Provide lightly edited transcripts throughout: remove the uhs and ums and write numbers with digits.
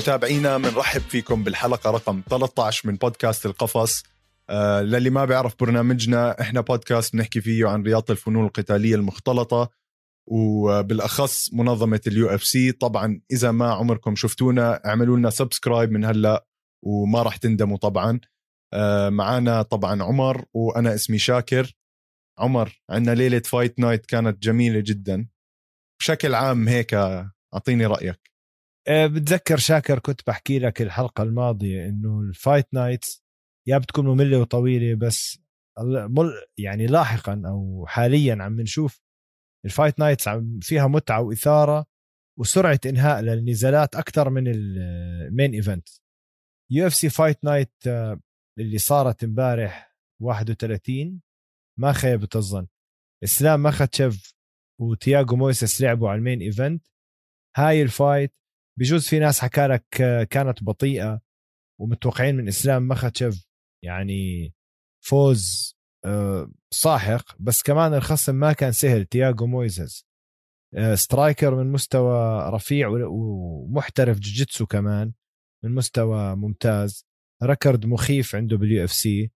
متابعينا منرحب فيكم بالحلقة رقم 13 من بودكاست القفص. للي ما بيعرف برنامجنا، احنا بودكاست بنحكي فيه عن رياضة الفنون القتالية المختلطة وبالأخص منظمة UFC. طبعا إذا ما عمركم شفتونا اعملوا لنا سبسكرايب من هلأ وما راح تندموا طبعا. معانا طبعا عمر وأنا اسمي شاكر. عمر، عنا ليلة فايت نايت كانت جميلة جدا بشكل عام، هيك أعطيني رأيك. بتذكر شاكر كنت بحكي لك الحلقة الماضية إنه الفايت نايتس يا بتكون مملة وطويلة، بس يعني لاحقا أو حاليا عم نشوف الفايت نايتس فيها متعة وإثارة وسرعة إنهاء للنزالات أكثر من المين إيفنت. UFC فايت نايت اللي صارت امبارح 31 ما خيبت الظن. إسلام مخاتشيف وتياغو مويسس لعبوا على المين إيفنت. هاي الفايت بجوز في ناس حكالك كانت بطيئة ومتوقعين من إسلام مخاتشيف يعني فوز ساحق، بس كمان الخصم ما كان سهل. تياغو مويسس سترايكر من مستوى رفيع ومحترف جوجيتسو كمان من مستوى ممتاز، ركرد مخيف عنده باليو اف سي.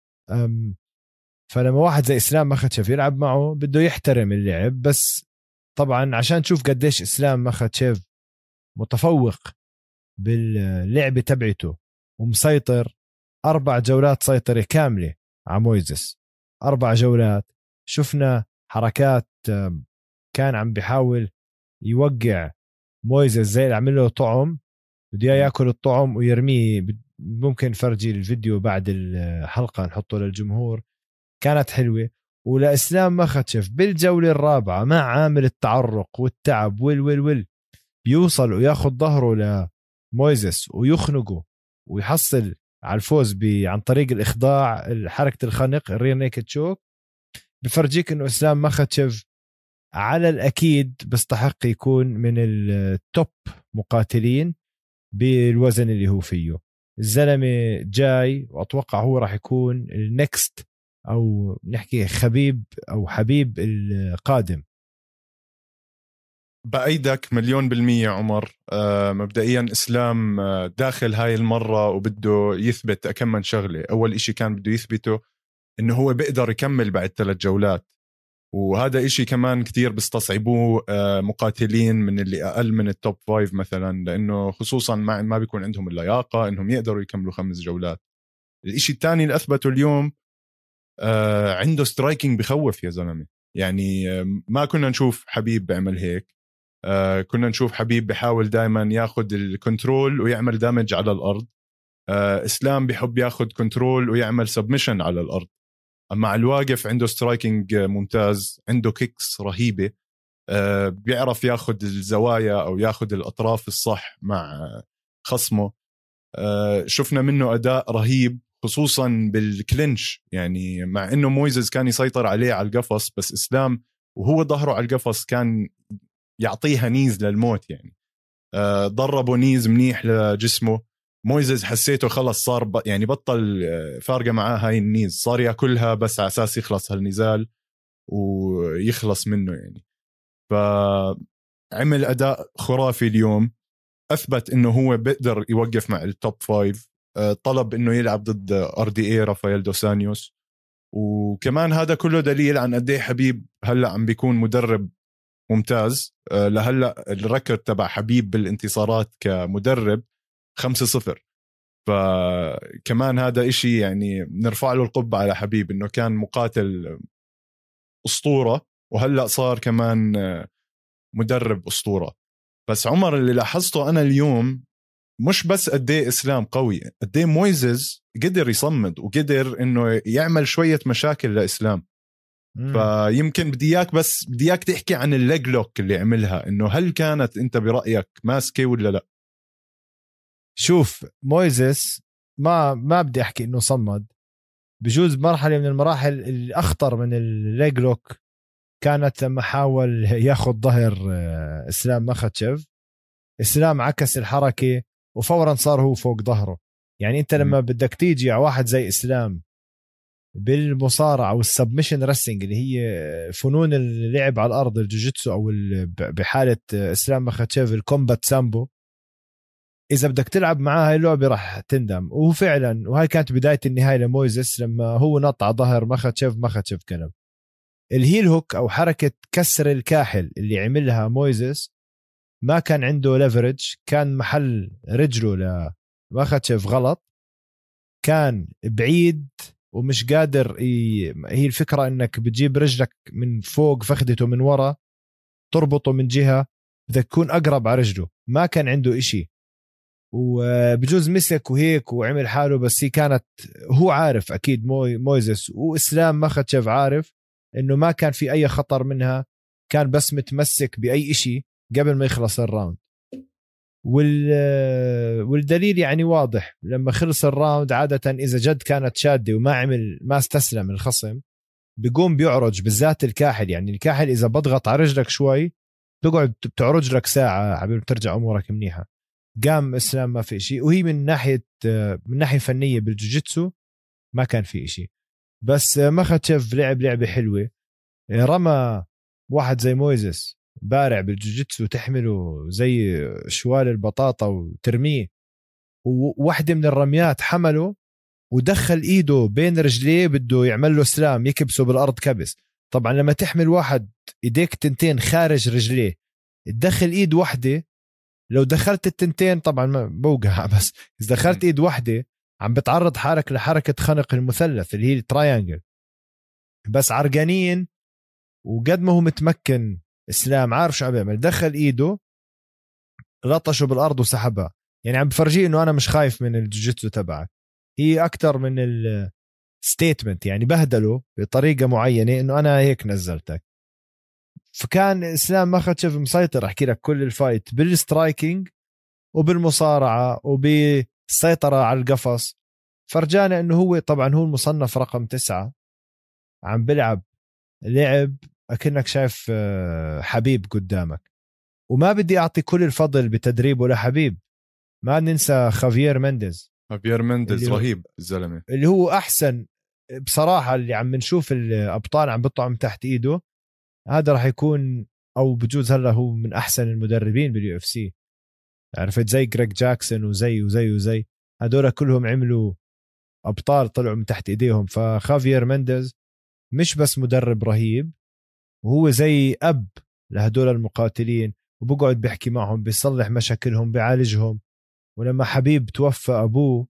فلما واحد زي إسلام مخاتشيف يلعب معه بده يحترم اللعب، بس طبعا عشان تشوف قديش إسلام مخاتشيف متفوق باللعبة تبعته ومسيطر 4 جولات سيطرة كاملة على مويزس. 4 جولات شفنا حركات، كان عم بيحاول يوقع مويزس زي اللي عمل له طعم، بده ياكل الطعم ويرميه. ممكن فرجي الفيديو بعد الحلقة نحطه للجمهور، كانت حلوة. ولإسلام مخاتشيف بالجولة الرابعة مع عامل التعرق والتعب بيوصل وياخد ظهره لمويزس ويخنقه ويحصل على الفوز عن طريق الإخضاع، حركة الخنق الرير نيكد شوك. بفرجيك إنه إسلام مخاتشيف على الأكيد بيستحق يكون من التوب مقاتلين بالوزن اللي هو فيه. الزلمة جاي وأتوقع هو راح يكون النكست أو نحكي خبيب أو حبيب القادم. بأيدك 1,000,000% عمر. مبدئيا إسلام داخل هاي المرة وبده يثبت كم من شغلة. أول إشي كان بده يثبته إنه هو بيقدر يكمل بعد 3 جولات، وهذا إشي كمان كتير بيستصعبوه مقاتلين من اللي أقل من التوب 5 مثلا، لأنه خصوصا ما بيكون عندهم اللياقة إنهم يقدروا يكملوا 5 جولات. الإشي الثاني اللي أثبته اليوم عنده سترايكينج بخوف يا زلمة. يعني ما كنا نشوف حبيب بيعمل هيك. كنا نشوف حبيب بيحاول دائما ياخد الكنترول ويعمل دامج على الأرض. إسلام بيحب ياخد كنترول ويعمل سبمشن على الأرض. أما على الواقف عنده سترايكينج ممتاز، عنده كيكس رهيبة. بيعرف ياخد الزوايا أو ياخد الأطراف الصح مع خصمه. شفنا منه أداء رهيب خصوصا بالكلينش، يعني مع إنه مويزز كان يسيطر عليه على القفص، بس إسلام وهو ظهره على القفص كان يعطيها نيز للموت. يعني ضربه نيز منيح لجسمه. مويزز حسيته خلص صار يعني بطل فارقة معاه هاي النيز، صار يأكلها بس على أساس يخلص هالنزال ويخلص منه. يعني فعمل أداء خرافي اليوم، أثبت إنه هو بيقدر يوقف مع التوب 5. طلب إنه يلعب ضد RDA رافائيل دوسانيوس، وكمان هذا كله دليل عن قد ايه حبيب هلأ عم بيكون مدرب ممتاز. لهلأ الركورد تبع حبيب بالانتصارات كمدرب 5-0. فكمان هذا إشي يعني نرفع له القبعة على حبيب، إنه كان مقاتل أسطورة وهلأ صار كمان مدرب أسطورة. بس عمر، اللي لاحظته أنا اليوم مش بس قديه إسلام قوي، قديه مويزز قدر يصمد وقدر إنه يعمل شوية مشاكل لإسلام. فيمكن بدي إياك تحكي عن الليج لوك اللي عملها، إنه هل كانت أنت برأيك ماسكة ولا لا؟ شوف مويزس ما بدي أحكي إنه صمد، بجوز مرحلة من المراحل الأخطر من الليج لوك كانت لما حاول ياخد ظهر إسلام مخاتشيف. إسلام عكس الحركة وفورا صار هو فوق ظهره. يعني أنت لما بدك تيجي على واحد زي إسلام بالمصارعة والسبمشن رسلينج اللي هي فنون اللعب على الأرض، الجوجيتسو أو بحالة إسلام مخاتشيف الكومبات سامبو، إذا بدك تلعب معاه هاي اللعبة راح تندم. وهو فعلا، وهاي كانت بداية النهاية لمويزس لما هو نط على ظهر مخاتشيف كلب. الهيل هوك أو حركة كسر الكاحل اللي عملها مويزس ما كان عنده ليفرج، كان محل رجله لمخاتشيف غلط، كان بعيد ومش قادر هي الفكرة انك بتجيب رجلك من فوق فخدته من ورا تربطه من جهة، بدك تكون اقرب على رجله، ما كان عنده اشي وبجوز مسك وهيك وعمل حاله. بس هي كانت، هو عارف اكيد مويزس واسلام مخاتشيف عارف انه ما كان في اي خطر منها، كان بس متمسك باي اشي قبل ما يخلص الراوند. والدليل يعني واضح، لما خلص الراوند عادة إذا جد كانت شادة ما استسلم الخصم بيقوم بيعرج، بالذات الكاحل. يعني الكاحل إذا بضغط على رجلك شوي تقعد بتعرج لك ساعة عبال ترجع أمورك منيحة. قام إسلام ما في شيء، وهي من ناحية فنية بالجوجيتسو ما كان في شيء. بس مخاتشيف لعبة حلوة، رمى واحد زي مويزس بارع بالجوجيتسو تحمله زي شوال البطاطا وترميه، وواحدة من الرميات حمله ودخل ايده بين رجليه بده يعمل له سلام يكبسه بالارض كبس. طبعا لما تحمل واحد ايديك تنتين خارج رجليه تدخل ايد واحدة، لو دخلت التنتين طبعا ما بوقع، بس اذا دخلت ايد واحدة عم بتعرض حالك لحركة خنق المثلث اللي هي التراينجل. بس عرقانين، وقد ما هو متمكن اسلام عارف شو عم بيعمل، دخل ايده لطشه بالارض وسحبها. يعني عم بفرجيه انه انا مش خايف من الجوجيتسو تبعك، هي اكتر من الستيتمنت، يعني بهدله بطريقه معينه انه انا هيك نزلتك. فكان اسلام مخاتشيف مسيطر، احكي لك كل الفايت بالسترايكينج وبالمصارعه وبالسيطره على القفص. فرجانا انه هو طبعا هو المصنف رقم 9 عم بلعب لعب أكنك شايف حبيب قدامك. وما بدي أعطي كل الفضل بتدريبه لحبيب، ما ننسى خافيير مندز رهيب الزلمة، اللي هو أحسن بصراحة. اللي عم نشوف الأبطال عم بطعم تحت إيده، هذا راح يكون أو بجوز هلا هو من أحسن المدربين باليو اف سي. عرفت زي جريج جاكسون وزي هدول كلهم عملوا أبطال طلعوا من تحت إيديهم. فخافيير مندز مش بس مدرب رهيب، وهو زي أب لهدول المقاتلين، وبقعد بيحكي معهم بيصلح مشاكلهم بيعالجهم. ولما حبيب توفى أبوه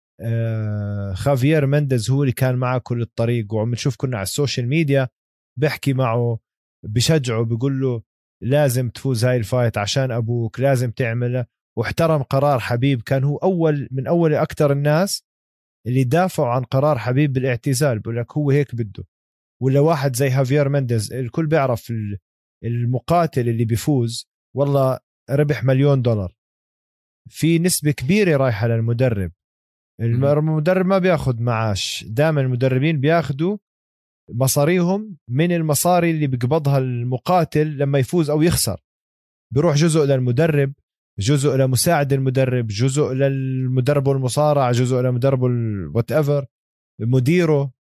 خافيير مندز هو اللي كان معه كل الطريق، وعم نشوف كنا على السوشيال ميديا بيحكي معه بشجعه بيقول له لازم تفوز هاي الفايت عشان أبوك، لازم تعمله. واحترم قرار حبيب، كان هو من أول أكتر الناس اللي دافعوا عن قرار حبيب بالاعتزال، بقول لك هو هيك بده. ولا واحد زي خافيير مندز الكل بيعرف المقاتل اللي بيفوز والله ربح $1,000,000، في نسبة كبيرة رايحة للمدرب. المدرب ما بياخد معاش، دائما المدربين بياخدوا مصاريهم من المصاري اللي بيقبضها المقاتل لما يفوز أو يخسر، بيروح جزء للمدرب، جزء لمساعد المدرب، جزء للمدرب المصارع، جزء لمدرب وات ايفر، مديره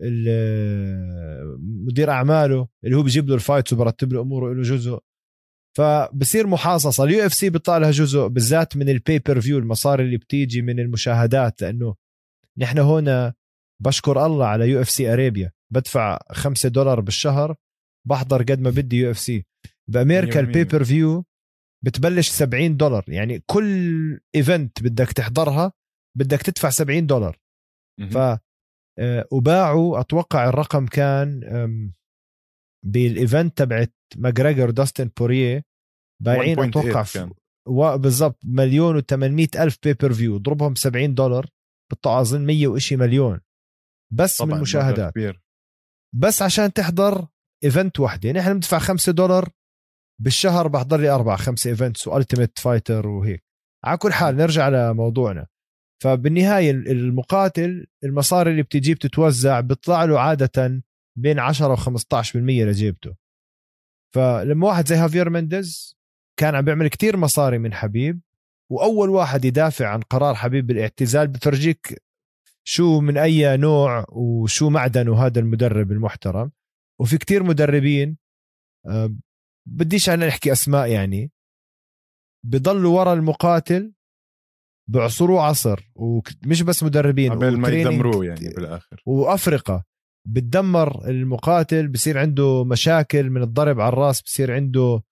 مدير اعماله اللي هو بيجيب له الفايتس وبرتب له اموره له جزء. فبصير محاصصه. اليو اف سي بيطلع لها جزء بالذات من البيبر فيو، المصاري اللي بتيجي من المشاهدات، لانه نحن هنا بشكر الله على يو اف سي ارابيا، بدفع $5 بالشهر بحضر قد ما بدي يو اف سي. بامريكا البيبر فيو بتبلش $70، يعني كل ايفنت بدك تحضرها بدك تدفع $70. ف وباعوا اتوقع الرقم كان بالايفنت تبعت ماجريجر داستن بوريه بايعين اتوقع بالضبط 1,800,000 بيبر فيو، ضربهم $70 بتطلع اظن 100 وإشي مليون بس من مشاهدات، بس عشان تحضر ايفنت واحده. نحن بندفع $5 بالشهر، بحضر لي 4-5 ايفنتس والتيميت فايتر وهيك. على كل حال نرجع لموضوعنا. فبالنهاية المقاتل المصاري اللي بتجيب تتوزع بيطلع له عادة بين 10 و15% لجيبته. فلما واحد زي خافيير مندز كان عم بيعمل كتير مصاري من حبيب، وأول واحد يدافع عن قرار حبيب بالاعتزال، بترجيك شو من أي نوع وشو معدنه هذا المدرب المحترم. وفي كتير مدربين بديش أنا نحكي أسماء، يعني بضلوا ورا المقاتل بعصروه عصر، ومش بس مدربين قبل ما يدمروه يعني بالاخر. وافريقيا بتدمر المقاتل، بصير عنده مشاكل من الضرب على الراس، بصير عنده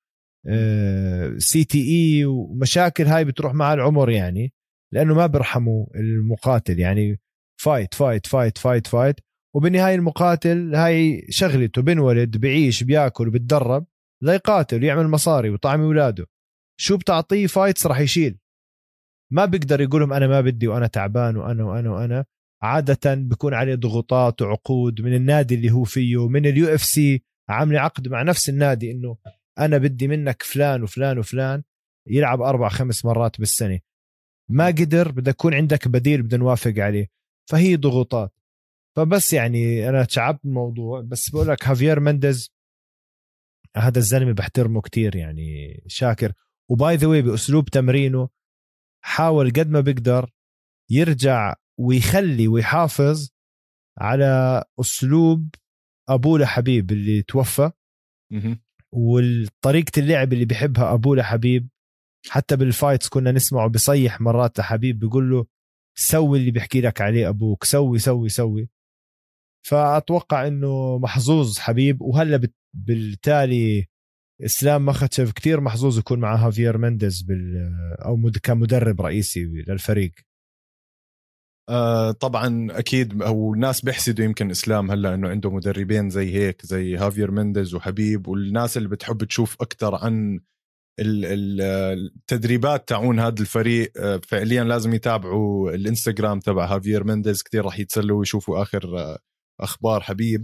CTE ومشاكل هاي بتروح مع العمر يعني، لانه ما بيرحموا المقاتل يعني. فايت فايت فايت فايت فايت، وبالنهاية المقاتل هاي شغلته، بنولد بيعيش بياكل وبتدرب ليقاتل ويعمل مصاري وطعم اولاده. شو بتعطيه فايتس راح يشيل. ما بيقدر يقولهم انا ما بدي وانا تعبان وانا وانا وانا. عادة بيكون عليه ضغوطات وعقود من النادي اللي هو فيه، من UFC عامل عقد مع نفس النادي انه انا بدي منك فلان وفلان وفلان يلعب 4-5 مرات بالسنة. ما قدر، بدك يكون عندك بديل بدنا نوافق عليه. فهي ضغوطات. فبس يعني انا تعبت الموضوع، بس بقول لك هافير مندز هذا الزلمه بحترمه كتير يعني، شاكر. وباي ذا واي باسلوب تمرينه حاول قد ما بيقدر يرجع ويخلي ويحافظ على اسلوب ابوه لحبيب اللي توفى، والطريقه اللعب اللي بيحبها ابوه لحبيب. حتى بالفايتس كنا نسمعه بيصيح مرات لحبيب بيقول له سوي اللي بيحكي لك عليه ابوك، سوي سوي سوي. فأتوقع أنه محظوظ حبيب، وهلأ بالتالي إسلام مخاتشيف كتير محظوظ يكون مع هافير مندز أو كمدرب رئيسي للفريق. طبعا أكيد، أو الناس بيحسدوا يمكن إسلام هلأ أنه عنده مدربين زي هيك زي هافير مندز وحبيب، والناس اللي بتحب تشوف أكتر عن التدريبات تاعون هذا الفريق فعليا لازم يتابعوا الانستغرام تبع هافير مندز، كتير راح يتسلوا ويشوفوا آخر أخبار حبيب.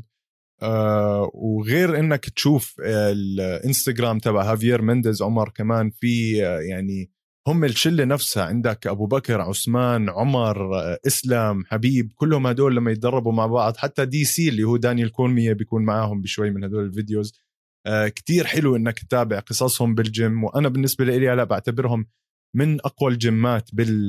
وغير انك تشوف الانستغرام تبع هافير مندز عمر، كمان في يعني هم الشله نفسها، عندك ابو بكر، عثمان، عمر، اسلام، حبيب، كلهم هدول لما يتدربوا مع بعض. حتى DC اللي هو دانيال كورمية بيكون معاهم بشوي من هدول الفيديوز. كتير حلو انك تتابع قصصهم بالجيم. وانا بالنسبه لي هلا بعتبرهم من اقوى الجيمات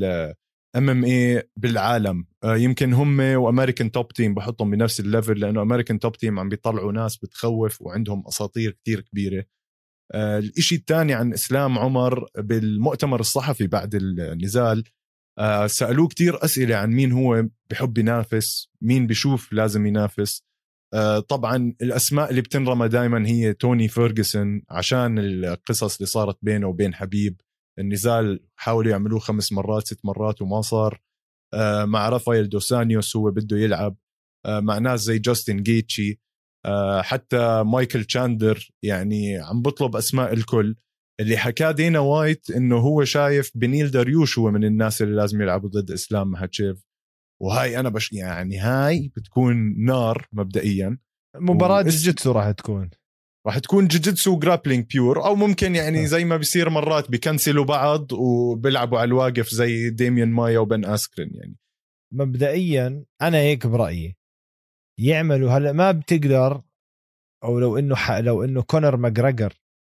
MMA بالعالم. يمكن هم وامريكان توب تيم بحطهم بنفس الليفل، لانه امريكان توب تيم عم بيطلعوا ناس بتخوف وعندهم اساطير كتير كبيره. الاشي الثاني عن اسلام عمر، بالمؤتمر الصحفي بعد النزال سألوه كتير أسئلة عن مين هو بحب ينافس، مين بيشوف لازم ينافس. طبعا الأسماء اللي بتنرمى دايما هي توني فيرغسون، عشان القصص اللي صارت بينه وبين حبيب. النزال حاولوا يعملوه 5 مرات 6 مرات وما صار. مع رافائيل دوسانيوس هو بده يلعب. مع ناس زي جاستن جيتشي، حتى مايكل تشاندر، يعني عم بطلب أسماء الكل. اللي حكاه دينا وايت إنه هو شايف بنيل داريوش هو من الناس اللي لازم يلعبوا ضد إسلام مخاتشيف. وهاي أنا يعني هاي بتكون نار مبدئيا. مباراة جيجيتسو راح تكون جيجيتسو وجرابلينج بيور، أو ممكن يعني زي ما بيصير مرات بيكنسلوا بعض وبيلعبوا على الواقف زي ديميان مايا وبن أسكرين. يعني مبدئيا أنا هيك برأيي يعملوا. هلأ ما بتقدر، أو لو إنه كونر ماجراجر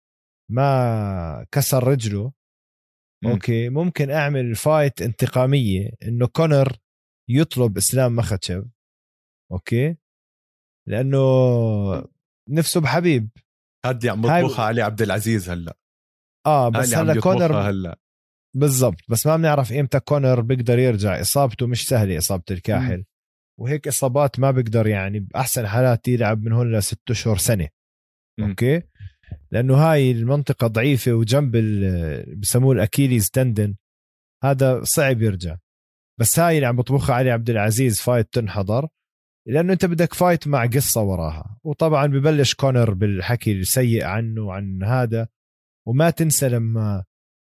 ما كسر رجله أوكي، ممكن أعمل فايت انتقامية إنه كونر يطلب إسلام مخاتشيف أوكي، لأنه نفسه بحبيب. هدي عم بطبخها علي عبد العزيز هلا. بس هلا كونر هلا بالضبط، بس ما بنعرف إمتى كونر بيقدر يرجع. إصابته مش سهلة، إصابة الكاحل وهيك إصابات ما بيقدر يعني بأحسن حالات يلعب من هون ل6 أشهر سنة أوكي، لأنه هاي المنطقة ضعيفة وجنب بسموه الأكيليز تندن، هذا صعب يرجع. بس هاي اللي عم بطبخها علي عبد العزيز فايت تنحضر، لأنه أنت بدك فايت مع قصة وراها. وطبعا ببلش كونر بالحكي السيء عنه وعن هذا. وما تنسى لما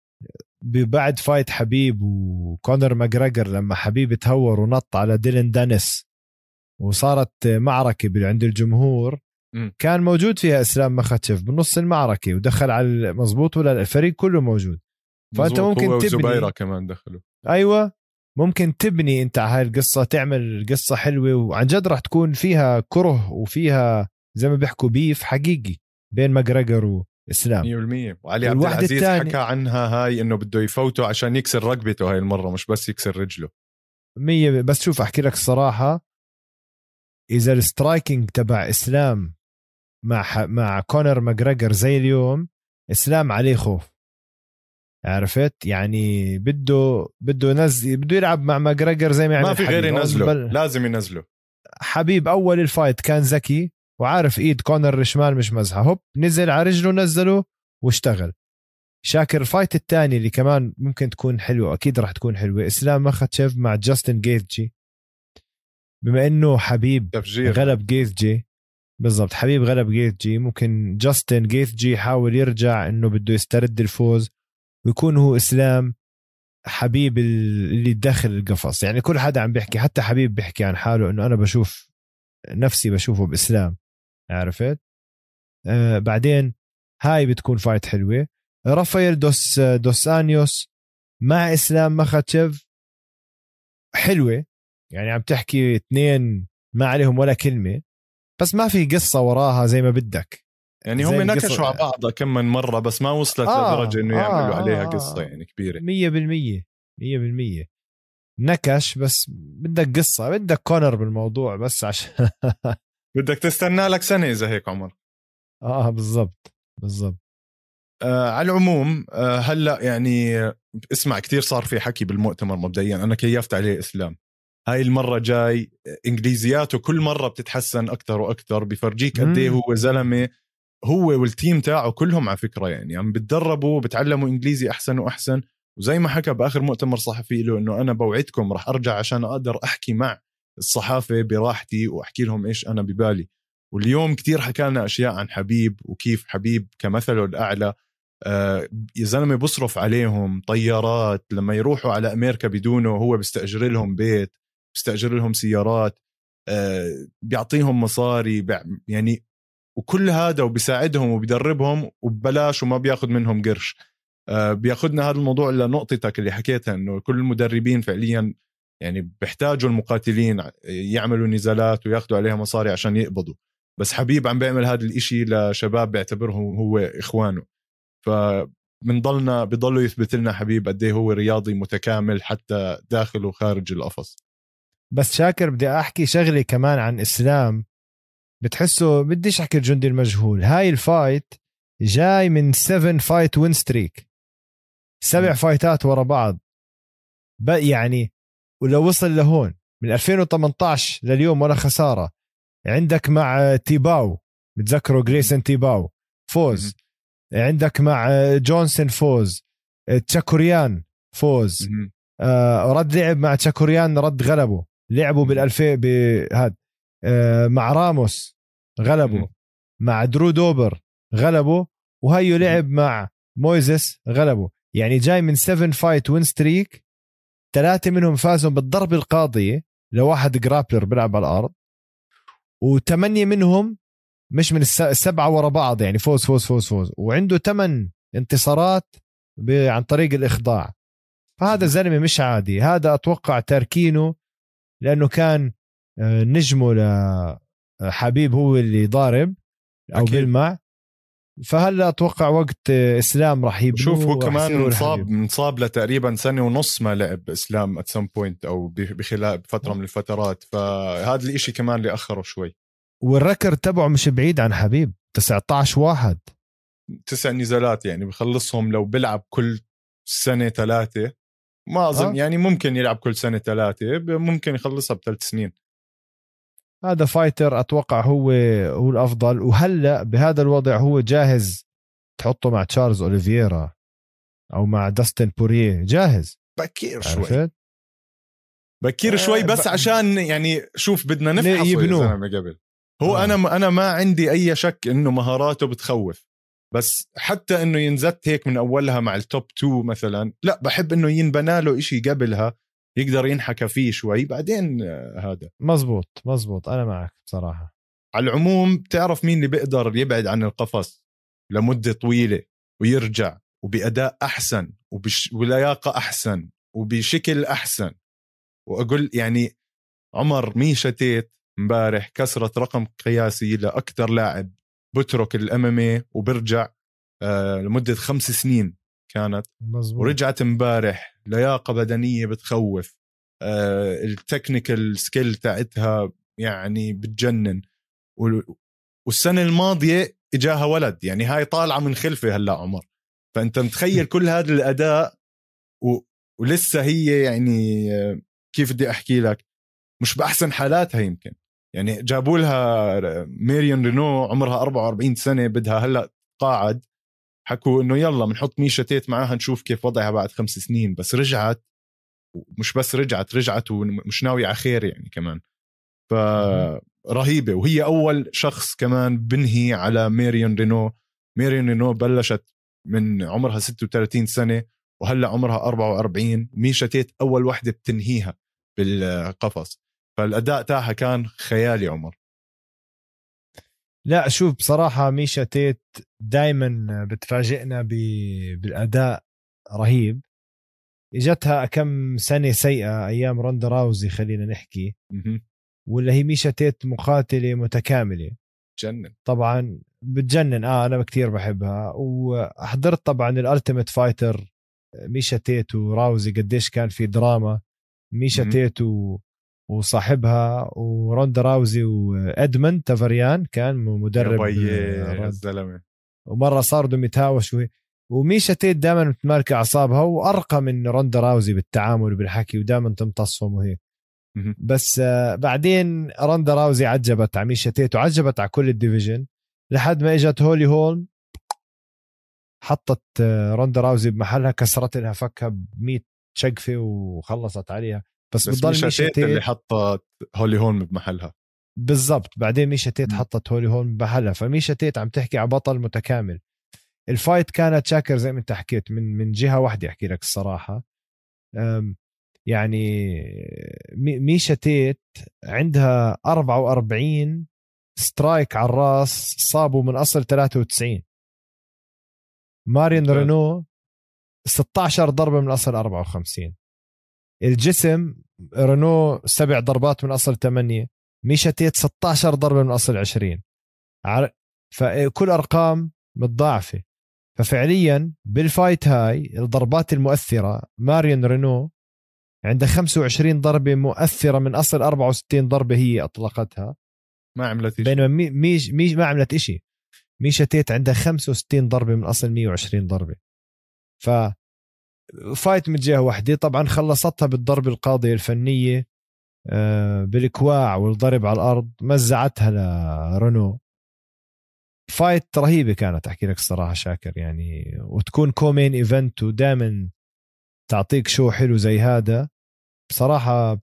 بعد فايت حبيب وكونر ماجراجر، لما حبيب تهور ونط على ديلين دانيس وصارت معركة عند الجمهور، كان موجود فيها إسلام مخاتشيف بنص المعركة ودخل على مزبوط، ولا الفريق كله موجود. فأنت ممكن هو تبني وزبيرة كمان دخلوا. أيوة، ممكن تبني أنت على هاي القصة، تعمل قصة حلوة وعن جد راح تكون فيها كره وفيها زي ما بيحكوا بيف حقيقي بين ماجراجر وإسلام 100%. وعلي عبد العزيز حكى عنها هاي إنه بده يفوته عشان يكسر رقبته هاي المرة، مش بس يكسر رجله 100. بس شوف أحكي لك الصراحة، إذا السترايكينج تبع إسلام مع كونر ماجراجر زي اليوم، إسلام عليه خوف. عرفت يعني بده ينزل، بده يلعب مع ماجريجر زي ما ما في غير ينزله، لازم ينزله. حبيب اول الفايت كان ذكي وعارف ايد كونر الشمال مش مزحه، هوب نزل على رجله نزله واشتغل. شاكر الفايت الثاني اللي كمان ممكن تكون حلوه، اكيد راح تكون حلوه، اسلام مخاتشيف مع جاستن جيثجي. بما انه حبيب تفجير. غلب جيثجي، بالضبط حبيب غلب جيثجي، ممكن جاستن جيثجي يحاول يرجع انه بده يسترد الفوز ويكون هو اسلام حبيب اللي داخل القفص. يعني كل حدا عم بيحكي، حتى حبيب بيحكي عن حاله انه انا بشوف نفسي بشوفه باسلام، عرفت؟ بعدين هاي بتكون فايت حلوه. رافائيل دوس انيوس مع اسلام مخاتشيف حلوه، يعني عم تحكي اثنين ما عليهم ولا كلمه، بس ما في قصه وراها زي ما بدك. يعني هم نكشوا على بعض كم من مره بس ما وصلت لدرجه انه يعملوا عليها قصه يعني كبيره. 100% نكش، بس بدك قصه، بدك كونر بالموضوع بس عشان بدك تستنى لك سنه اذا هيك عمر. بالضبط. على العموم هلا يعني اسمع، كتير صار في حكي بالمؤتمر. مبدئيا انا كيفت عليه اسلام هاي المره جاي، انجليزياته كل مره بتتحسن اكتر واكتر، بفرجيك قد ايه هو زلمه. هو والتيم تاعه كلهم على فكره يعني عم بتدربوا بتعلموا انجليزي احسن واحسن. وزي ما حكى باخر مؤتمر صحفي له انه انا بوعدكم راح ارجع عشان اقدر احكي مع الصحافه براحتي واحكي لهم ايش انا ببالي. واليوم كتير حكى لنا اشياء عن حبيب وكيف حبيب كمثله الاعلى. يا زلمه بصرف عليهم طيارات لما يروحوا على امريكا بدونه، هو بيستاجر لهم بيت، بيستاجر لهم سيارات، بيعطيهم مصاري يعني وكل هذا وبيساعدهم وبيدربهم وببلاش وما بياخد منهم قرش. بياخدنا هذا الموضوع لنقطتك اللي حكيتها انه كل المدربين فعليا يعني بيحتاجوا المقاتلين يعملوا نزالات وياخدوا عليها مصاري عشان يقبضوا. بس حبيب عم بيعمل هذا الاشي لشباب بيعتبرهم هو اخوانه، بضلوا يثبت لنا حبيب قد ايه هو رياضي متكامل حتى داخل وخارج القفص. بس شاكر بدي احكي شغله كمان عن اسلام، بتحسه بديش احكي الجندي المجهول. هاي الفايت جاي من 7 فايت وين ستريك، 7 فايتات ورا بعض يعني، ولو وصل لهون من 2018 لليوم ولا خسارة. عندك مع تيباو، بتذكروا جريسن تيباو فوز، عندك مع جونسون فوز، تشاكوريان فوز، رد لعب مع تشاكوريان رد غلبه، لعبوا بالألفي بهاد، مع راموس غلبه، مع درو دوبر غلبه، وهيو لعب مع مويزس غلبه. يعني جاي من 7 فايت وين ستريك، 3 منهم فازوا بالضرب القاضية لواحد جرابلر بيلعب على الأرض، و8 منهم مش من السبعة ورا بعض، يعني فوز فوز فوز فوز، وعنده 8 انتصارات عن طريق الإخضاع. فهذا زلمة مش عادي. هذا أتوقع تركينه لأنه كان نجمه لحبيب هو اللي ضارب أو أكيد بلمع. فهلا أتوقع وقت إسلام راح يبنوه. شوف هو كمان مصاب لتقريبا سنة ونص ما لعب إسلام at some point أو بخلال فترة من الفترات، فهذا الاشي كمان اللي أخره شوي. والركر تبعه مش بعيد عن حبيب، 19-1 9 نزالات، يعني بخلصهم لو بلعب كل سنة 3 ما أظن يعني ممكن يلعب كل سنة 3، ممكن يخلصها ب3 سنين. هذا فايتر أتوقع هو الأفضل، وهلأ بهذا الوضع هو جاهز تحطه مع تشارلز أوليفيرا أو مع داستن بوريه، جاهز. بكير شوي بكير شوي بس عشان يعني شوف بدنا نفحصه يا زلمة قبل. هو أنا ما عندي أي شك إنه مهاراته بتخوف، بس حتى إنه ينزت هيك من أولها مع التوب 2 مثلا، لا بحب إنه ينبنى له إشي قبلها يقدر ينحكى فيه شوي بعدين. هذا مزبوط أنا معك بصراحة. على العموم تعرف مين اللي بيقدر يبعد عن القفص لمدة طويلة ويرجع وبأداء أحسن ولياقة أحسن وبشكل أحسن؟ وأقول يعني عمر ميشا تيت مبارح كسرت رقم قياسي لأكتر لاعب بترك الMMA وبرجع لمدة 5 سنين كانت. مزبوط. ورجعت مبارح لياقة بدنية بتخوف، التكنيكال سكيل تاعتها يعني بتجنن. والسنة الماضية إجاها ولد، يعني هاي طالعة من خلفه هلا عمر. فانت متخيل كل هذا الاداء ولسه هي يعني كيف بدي احكي لك مش باحسن حالاتها. يمكن يعني جابوا لها ميريون رينو عمرها 44 سنه بدها هلا قاعد، حكوا انه يلا بنحط ميشا تيت معاها نشوف كيف وضعها بعد 5 سنين، بس رجعت، مش بس رجعت ومش ناوي على خير يعني كمان. فرهيبة، وهي أول شخص كمان بنهي على ميريون رينو. ميريون رينو بلشت من عمرها 36 سنة وهلأ عمرها 44، وميشا تيت أول واحدة بتنهيها بالقفص. فالأداء تاعها كان خيالي عمر. لا شوف بصراحة ميشا تيت دايما بتفاجئنا بالأداء رهيب. اجتها كم سنة سيئة أيام روندا راوزي خلينا نحكي، ولا هي ميشا تيت مقاتلة متكاملة جنن طبعا، بتجنن. أنا كتير بحبها، وحضرت طبعا الألتيميت فايتر ميشا تيت وراوزي قديش كان في دراما. ميشا تيت وصاحبها وروندا راوزي وإدموند تافاريان كان مدرب الزلمة، ومرة صار بدهم يتهاوشوا، وميشا تيت دائما متمالكة أعصابها وأرقى من روندا راوزي بالتعامل وبالحكي ودائما تمتصهم وهيك. بس بعدين روندا راوزي عجبت على ميشا تيت وعجبت على كل الديفيجن، لحد ما اجت هولي هولم حطت روندا راوزي بمحلها، كسرت لها فكها ب100 شقفة وخلصت عليها. بس بضل ميشا تيت اللي حطت هولي هولم بمحلها بالضبط. بعدين ميشا تيت حطت هولي هولم بمحلها. فميشا تيت عم تحكي على بطل متكامل. الفايت كانت شاكر زي ما انت حكيت من جهة واحدة، احكي لك الصراحة يعني ميشا تيت عندها 44 سترايك على الراس صابوا من أصل 93. مارين رينو 16 ضربة من أصل 54. الجسم رينو 7 ضربات من أصل 8، ميشا تيت 16 ضربة من أصل 20. فكل أرقام متضاعفة. ففعليا بالفايت هاي الضربات المؤثرة مارين رينو عندها 25 ضربة مؤثرة من أصل 64 ضربة هي أطلقتها، ما عملت إشي. بينما ميش ما عملت إشي. ميشا تيت عندها 65 ضربة من أصل 120 ضربة. فايت من جهة واحدة. طبعا خلصتها بالضربة القاضية الفنية بالكواع والضرب على الأرض، مزعتها لرونو. فايت رهيبة كانت أحكي لك الصراحة شاكر يعني، وتكون كومين إيفنت ودائما تعطيك شو حلو زي هذا بصراحة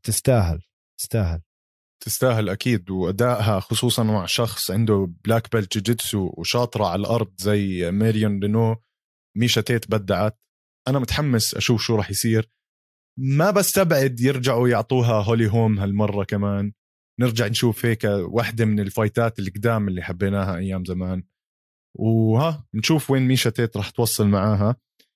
تستاهل أكيد. وأدائها خصوصا مع شخص عنده بلاك بيلت جوجيتسو وشاطرة على الأرض زي ميريون رينو. ميشا تيت بدعت. أنا متحمس أشوف شو رح يصير. ما بستبعد يرجعوا يعطوها هولي هوم هالمرة كمان، نرجع نشوف هيك واحدة من الفايتات القدام اللي حبيناها أيام زمان، نشوف وين ميشا تيت رح توصل معاها.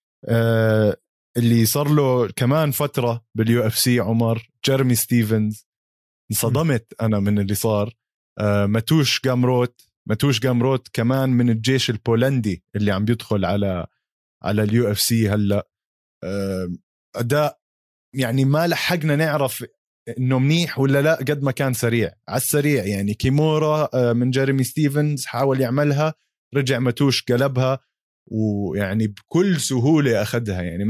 اللي صار له كمان فترة باليو اف سي عمر، جيرمي ستيفنز. انصدمت أنا من اللي صار. ماتوش جامروت كمان من الجيش البولندي اللي عم بيدخل على اليو اف سي هلا. أداء يعني ما لحقنا نعرف إنه منيح ولا لا، قد ما كان سريع على السريع. يعني كيمورا من جيرمي ستيفنز حاول يعملها، رجع ماتوش قلبها، ويعني بكل سهولة أخذها. يعني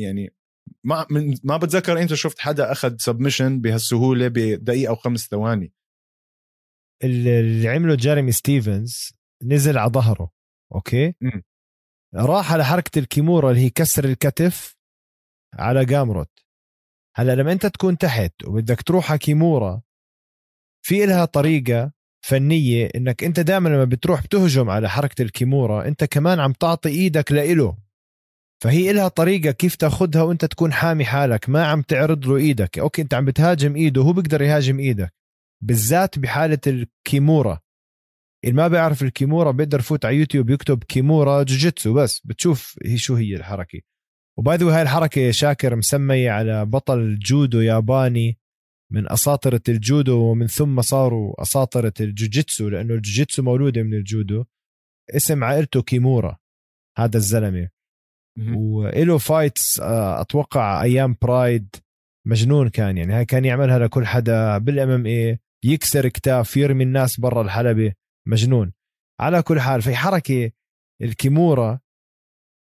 ما بتذكر أنت شفت حدا أخذ سبمشن بهالسهولة بدقيقة أو 5 ثواني. اللي عمله جيرمي ستيفنز نزل على ظهره، أوكي راح على حركة الكيمورا اللي هي كسر الكتف على جامروت. هلا لما أنت تكون تحت وبدك تروح على كيمورا، في لها طريقة فنية إنك أنت دائما لما بتروح بتهجم على حركة الكيمورا أنت كمان عم تعطي إيدك لإله. فهي لها طريقة كيف تاخدها وأنت تكون حامي حالك، ما عم تعرض له إيدك. أوكي أنت عم بتهاجم إيده وهو بيقدر يهاجم إيدك، بالذات بحالة الكيمورا. اللي ما بيعرف الكيمورا بيقدر فوت على يوتيوب يكتب كيمورا جوجيتسو بس بتشوف شو هي الحركة. وبعد هاي الحركة شاكر مسمية على بطل جودو ياباني من أساطرة الجودو، ومن ثم صاروا أساطرة الجوجيتسو لأنه الجوجيتسو مولودة من الجودو. اسم عائلته كيمورا هذا الزلمة، وإله فايتس أتوقع أيام برايد مجنون كان. يعني هاي كان يعملها لكل حدا بالMMA، يكسر كتاف، يرمي الناس برا الحلبة، مجنون. على كل حال في حركة الكيمورا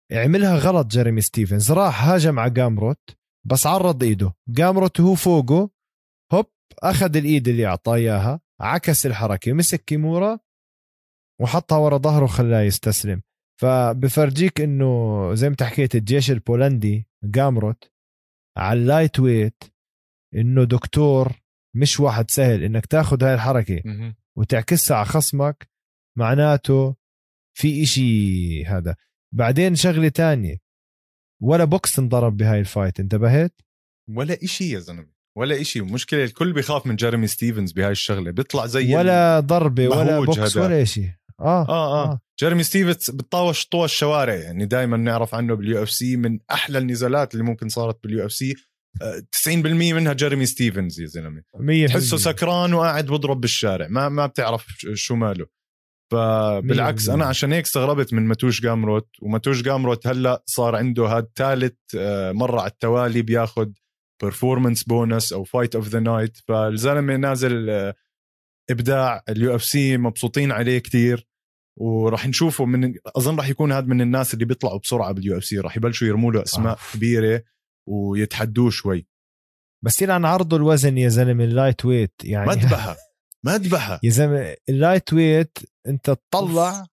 عملها غلط جيريمي ستيفنز، راح هاجم على جامروت بس عرض ايده، جامروت هو فوقه هوب اخذ الايد اللي اعطاه اياها، عكس الحركه، مسك كيمورا وحطها ورا ظهره وخلاه يستسلم. فبفرجيك انه زي ما حكيت الجيش البولندي جامروت على اللايت ويت انه دكتور، مش واحد سهل انك تاخذ هاي الحركه وتعكسها على خصمك، معناته في اشي هذا. بعدين شغله تانية، ولا بوكس انضرب بهاي الفايت، انتبهت؟ ولا اشي يا زلمه، ولا اشي. مشكلة الكل بيخاف من جيريمي ستيفنز بهاي الشغله، بيطلع زي ولا ضربه ولا بوكس هداك. ولا اشي. جيريمي ستيفنز بتطاوش طوى الشوارع، يعني دائما نعرف عنه باليو اف سي من احلى النزالات اللي ممكن صارت باليو اف سي، 90% منها جيريمي ستيفنز يا زلمه، تحسه سكران وقاعد بضرب بالشارع، ما بتعرف شو ماله. فبالعكس انا عشان هيك استغربت من ماتوش جامروت. وماتوش جامروت هلا صار عنده هاد ثالث مره على التوالي بياخد performance bonus او fight of the night. فالزلمه نازل ابداع، اليو اف سي مبسوطين عليه كتير، وراح نشوفه من اظن راح يكون هذا من الناس اللي بيطلعوا بسرعه باليو اف سي، راح يبلشوا يرموا له اسماء كبيره ويتحدوه شوي. بس يلعن عرضه الوزن يا زلمه، اللايت ويت يعني مذبحه يا زلمه. اللايت ويت انت تطلع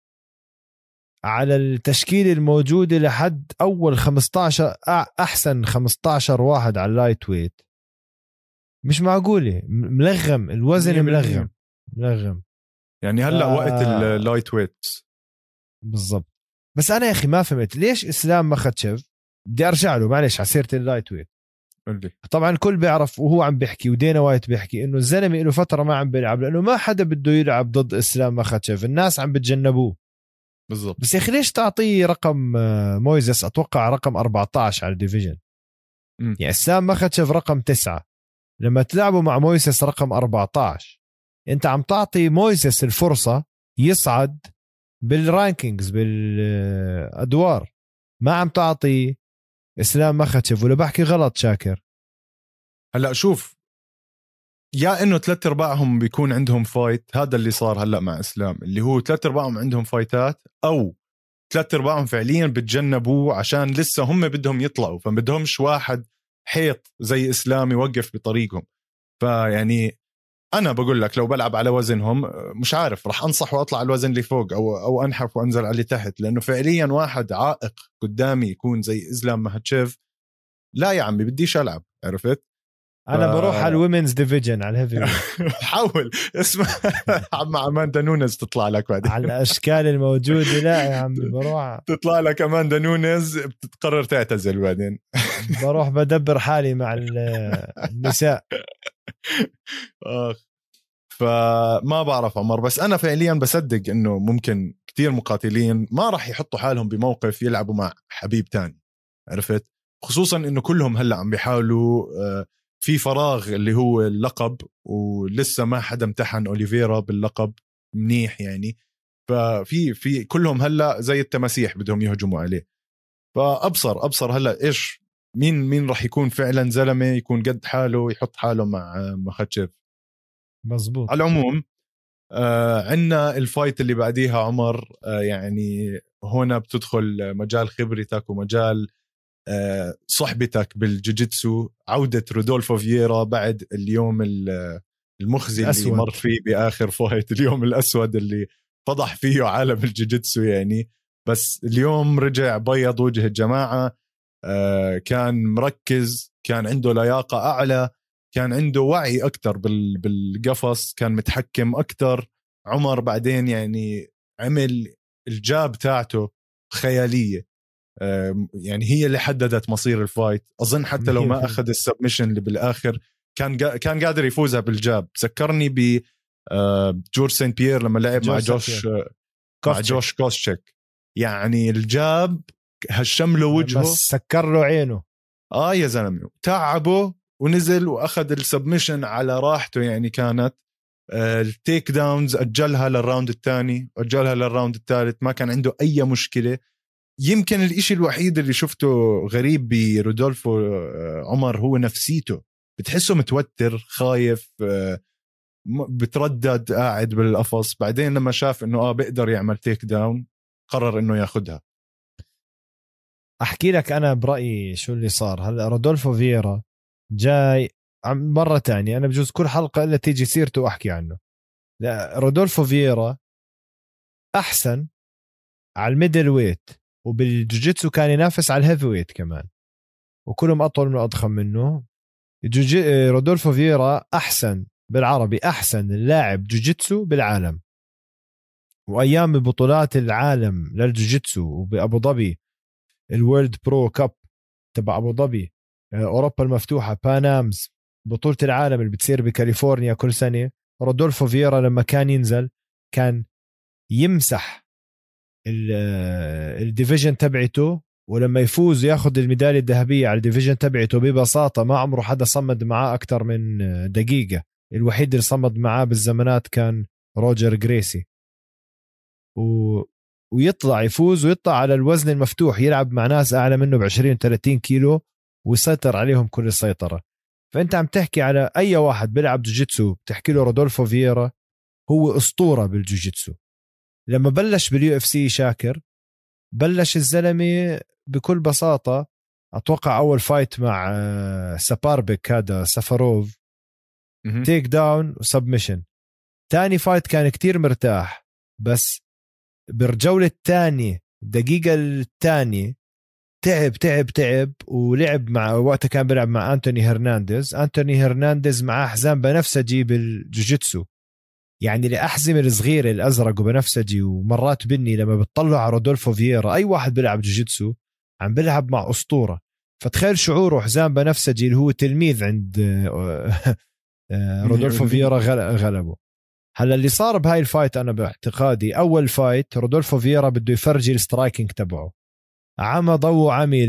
على التشكيله الموجوده لحد اول 15 احسن 15 واحد على اللايت ويت، مش معقوله، ملغم الوزن، ملغم يعني هلا وقت اللايت ويت بالضبط. بس انا يا اخي ما فهمت ليش اسلام مخاتشيف، بدي ارجع له معلش على سيره اللايت ويت. طبعا الكل بيعرف وهو عم بيحكي ودينا وايت بيحكي انه الزلمه له فتره ما عم بيلعب لانه ما حدا بده يلعب ضد اسلام مخاتشيف، الناس عم بتجنبوه بالضبط. بس يا اخي ليش تعطيه رقم مويزس، اتوقع رقم 14 على الديفيجن. يعني اسلام مخاتشيف رقم 9، لما تلعبوا مع مويسس رقم 14 انت عم تعطي مويسس الفرصة يصعد بالرانكينجز بالادوار، ما عم تعطي اسلام مخاتشيف. ولا بحكي غلط شاكر؟ هلا شوف، يا انه 3/4 بيكون عندهم فايت، هذا اللي صار هلا مع اسلام، اللي هو 3/4 عندهم فايتات، او 3/4 فعليا بتجنبوه عشان لسه هم بدهم يطلعوا، فبدهمش واحد حيط زي اسلام يوقف بطريقهم. فيعني انا بقول لك لو بلعب على وزنهم مش عارف، رح انصح واطلع على الوزن اللي فوق او انحف وانزل على اللي تحت، لانه فعليا واحد عائق قدامي يكون زي اسلام مخاتشيف، لا يا عمي بديش العب، عرفت؟ انا بروح على الويمنز ديفيجن على الهيفي حاول اسمع عم اماندا نونز تطلع لك بعدين على الاشكال الموجوده. لا يا عمي بروح تطلع لك اماندا نونز بتقرر تعتزل بعدين بروح بدبر حالي مع النساء. فما بعرف عمر، بس أنا فعليا بصدق إنه ممكن كتير مقاتلين ما راح يحطوا حالهم بموقف يلعبوا مع حبيب تاني، عرفت؟ خصوصا إنه كلهم هلأ عم بيحاولوا، في فراغ اللي هو اللقب، ولسه ما حدا امتحن أوليفيرا باللقب منيح يعني. ففي كلهم هلأ زي التماسيح بدهم يهجموا عليه. فأبصر هلأ إيش مين راح يكون فعلا زلمة يكون قد حاله يحط حاله مع مخاتشيف. مزبوط. على العموم عندنا الفايت اللي بعديها عمر، يعني هنا بتدخل مجال خبرتك ومجال صحبتك بالجوجيتسو، عودة رودولفو فييرا بعد اليوم المخزي اللي مر فيه بآخر فايت، اليوم الأسود اللي فضح فيه عالم الجوجيتسو يعني. بس اليوم رجع بيض وجه الجماعة، كان مركز، كان عنده لياقة أعلى، كان عنده وعي أكتر بالقفص، كان متحكم أكتر عمر. بعدين يعني عمل الجاب تاعته خيالية، يعني هي اللي حددت مصير الفايت. أظن حتى لو ما أخذ السبمشن اللي بالآخر كان قادر يفوزها بالجاب. سكرني ب جورج سين بيير لما لعب مع جوش كوستشيك، يعني الجاب هشم له وجهه بس سكر له عينه. يا زلمه تعبه ونزل واخذ السبمشن على راحته. يعني كانت التيك داونز اجلها للراوند الثاني، اجلها للراوند الثالث، ما كان عنده اي مشكله. يمكن الاشي الوحيد اللي شفته غريب برودولفو عمر هو نفسيته، بتحسه متوتر خايف، بتردد قاعد بالقفص. بعدين لما شاف انه بيقدر يعمل تيك داون قرر انه ياخدها. احكي لك انا برايي شو اللي صار. هلا رودولفو فييرا جاي مره تانية، انا بجوز كل حلقه الا تيجي سيرته واحكي عنه. لا، رودولفو فييرا احسن على الميدل ويت، وبالجوجيتسو كان ينافس على الهيفي ويت كمان، وكلهم اطول من اضخم منه. رودولفو فييرا احسن بالعربي احسن لاعب جوجيتسو بالعالم، وايام بطولات العالم للجوجيتسو وبابو ظبي الورلد برو كاب تبع ابو ظبي، اوروبا المفتوحه، بانامز، بطوله العالم اللي بتصير بكاليفورنيا كل سنه، رودولفو فييرا لما كان ينزل كان يمسح الديفيجن تبعته، ولما يفوز ياخذ الميداليه الذهبيه على الديفيجن تبعته ببساطه، ما عمره حدا صمد معاه اكثر من دقيقه. الوحيد اللي صمد معاه بالزمانات كان روجر جريسي. ويطلع يفوز ويطلع على الوزن المفتوح، يلعب مع ناس اعلى منه ب20-30 كيلو ويسيطر عليهم كل السيطره. فانت عم تحكي على اي واحد بيلعب جوجيتسو بتحكي له رودولفو فييرا هو اسطوره بالجوجيتسو. لما بلش باليو اف سي شاكر، بلش الزلمه بكل بساطه، اتوقع اول فايت مع ساباربك هذا سفاروف تيك داون وسبمشن. تاني فايت كان كتير مرتاح، بس بالجولة الثانية الدقيقة الثانية تعب ولعب مع وقتها كان بيلعب مع أنتوني هرنانديز معاه حزام بنفسجي بالجوجيتسو. يعني الأحزمة الصغيرة الأزرق وبنفسجي ومرات بني، لما بتطلع على رودولفو فييرا أي واحد بيلعب جوجيتسو عم بيلعب مع أسطورة. فتخيل شعوره حزام بنفسجي اللي هو تلميذ عند رودولفو فييرا غلبه. هلا اللي صار بهاي الفايت انا باعتقادي اول فايت رودولفو فييرا بده يفرجي السترايكينج تبعه، عمى ضو عمي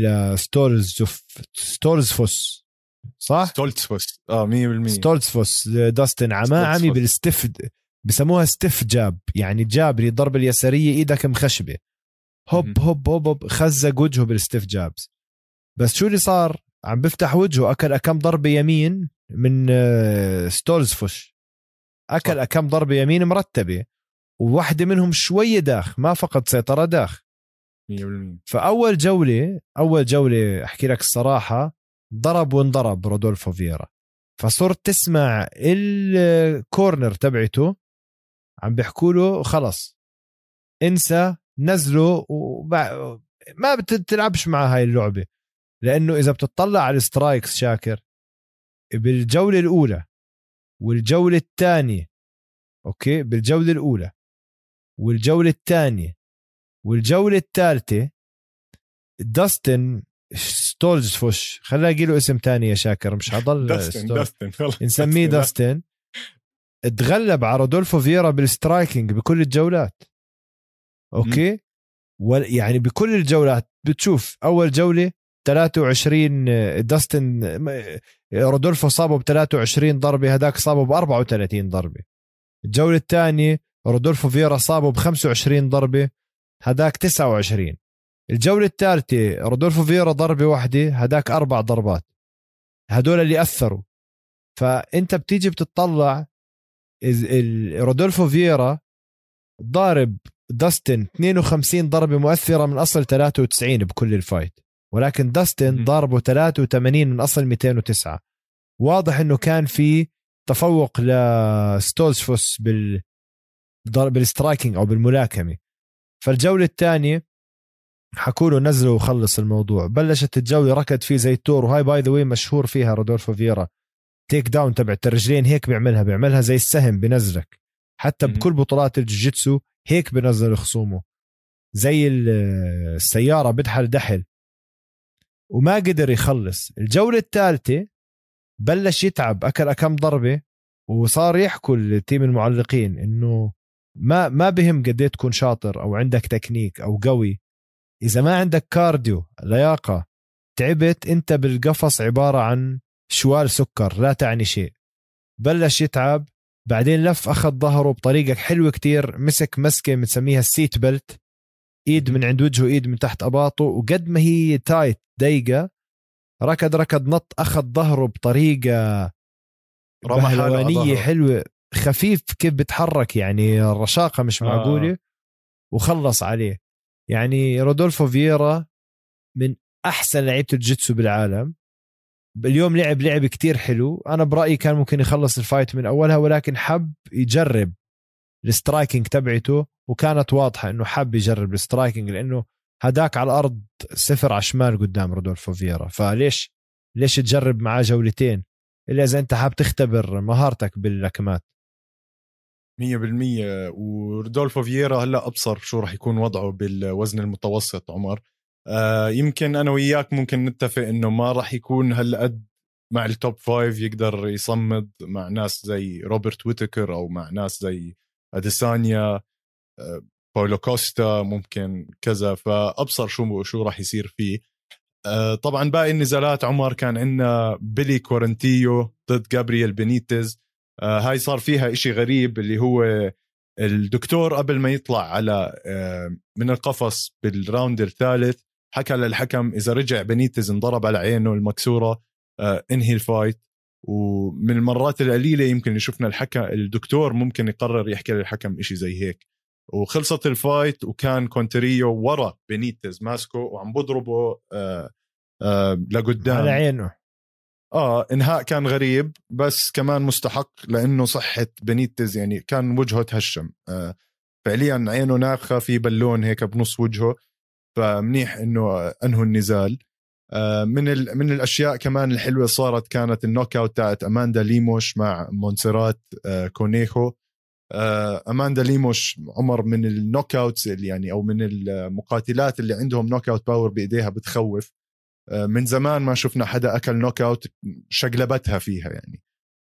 ستولزفوس صح؟ ستولزفوس 100%. ستولزفوس داستن عمي بالستفد، بسموها ستيف جاب، يعني جاب لي الضربة اليسارية ايدك مخشبة، هوب هوب هوب خزق وجهه بالستيف جابز. بس شو اللي صار؟ عم بفتح وجهه، اكل كم ضربة يمين من ستولزفوس، أكل كم ضربة يمين مرتبة، وواحدة منهم شوية داخ، ما فقد سيطرة داخ 100%. فأول جولة أحكي لك الصراحة ضرب وانضرب رودولفو فييرا. فصرت تسمع الكورنر تبعته عم بيحكوا له خلص انسى نزله ما بتلعبش مع هاي اللعبة، لأنه إذا بتطلع على السترايكس شاكر بالجولة الأولى والجولة الثانية، أوكي، بالجولة الأولى والجولة الثانية والجولة الثالثة، داستن ستولزفوش، خلينا نقيله اسم تاني يا شاكر، مش حضل داستن نسميه داستن، تغلب على رودولفو فييرا بالسترايكينج بكل الجولات. أوكي، يعني بكل الجولات بتشوف أول جولة 23 داستن رودولفو صابه ب23 ضربة، هداك صابه ب34 ضربة. الجولة الثانية رودولفو فييرا صابه ب25 ضربة، هداك 29. الجولة الثالثة رودولفو فييرا ضربة واحدة، هداك 4 ضربات، هدول اللي أثروا. فأنت بتيجي بتطلع رودولفو فييرا ضارب داستن 52 ضربة مؤثرة من أصل 93 بكل الفايت، ولكن داستن ضاربه 83 من أصل 209. واضح أنه كان في تفوق لستولزفوس بالسترايكينج أو بالملاكمة. فالجولة الثانية حكوله نزله وخلص الموضوع. بلشت الجولة ركض فيه زي التور، وهاي باي ذا واي مشهور فيها رودولفو فييرا، تيك داون تبعت الرجلين هيك بيعملها زي السهم بنزلك، حتى بكل بطولات الجوجيتسو هيك بنزل خصومه زي السيارة بدحل دحل، وما قدر يخلص. الجولة الثالثة بلش يتعب، أكل كم ضربة، وصار يحكوا التيم المعلقين إنه ما بهم قديه تكون شاطر أو عندك تكنيك أو قوي، إذا ما عندك كارديو لياقة تعبت أنت بالقفص عبارة عن شوال سكر لا تعني شيء. بلش يتعب، بعدين لف أخذ ظهره بطريقة حلوة كتير، مسكة بنسميها السيت بلت، إيد من عند وجهه إيد من تحت أباطه، وقد ما هي تايت ضيقة ركض نط أخذ ظهره بطريقة بهلوانية حلوة، خفيف كيف بتحرك، يعني الرشاقة مش معقولة، وخلص عليه. يعني رودولفو فييرا من أحسن لعيبة الجيتسو بالعالم. اليوم لعب كتير حلو. أنا برأيي كان ممكن يخلص الفايت من أولها، ولكن حب يجرب السترايكينج تبعته، وكانت واضحة إنه حب يجرب السترايكينج، لأنه هداك على الأرض 0 على شمال قدام رودولفو فييرا. فليش تجرب معاه جولتين إلا إذا أنت حاب تختبر مهارتك باللكمات؟ 100%. ورودولفو فييرا هلا أبصر شو رح يكون وضعه بالوزن المتوسط عمر. يمكن أنا وياك ممكن نتفق إنه ما رح يكون هالقد مع التوب 5، يقدر يصمد مع ناس زي روبرت ويتكر أو مع ناس زي أديسانيا، باولو كوستا ممكن كذا. فأبصر شو رح يصير فيه. طبعا باقي النزالات عمر، كان عندنا بيلي كورنتيو ضد جابرييل بينيتز. هاي صار فيها إشي غريب، اللي هو الدكتور قبل ما يطلع على من القفص بالراوند الثالث حكى للحكم إذا رجع بينيتز انضرب على عينه المكسورة انهي الفايت. ومن المرات القليلة يمكن اللي شفنا الدكتور ممكن يقرر يحكي للحكم إشي زي هيك. وخلصت الفايت، وكان كونتريو ورا بينيتز ماسكو وعم بضربه لقدام على عينه. انهاء كان غريب، بس كمان مستحق لأنه صحة بينيتز، يعني كان وجهه تهشم فعليا، عينه ناخة في بالون هيك بنص وجهه. فمنيح إنه أنهوا النزال. من الأشياء كمان الحلوة صارت كانت النوك أوت تاعت أماندا ليموش مع مونسيرات كونيخو. أماندا ليموش عمر من النوك أوتس اللي يعني، أو من المقاتلات اللي عندهم نوك أوت باور بإيديها بتخوف. من زمان ما شفنا حدا أكل نوك أوت شقلبتها فيها، يعني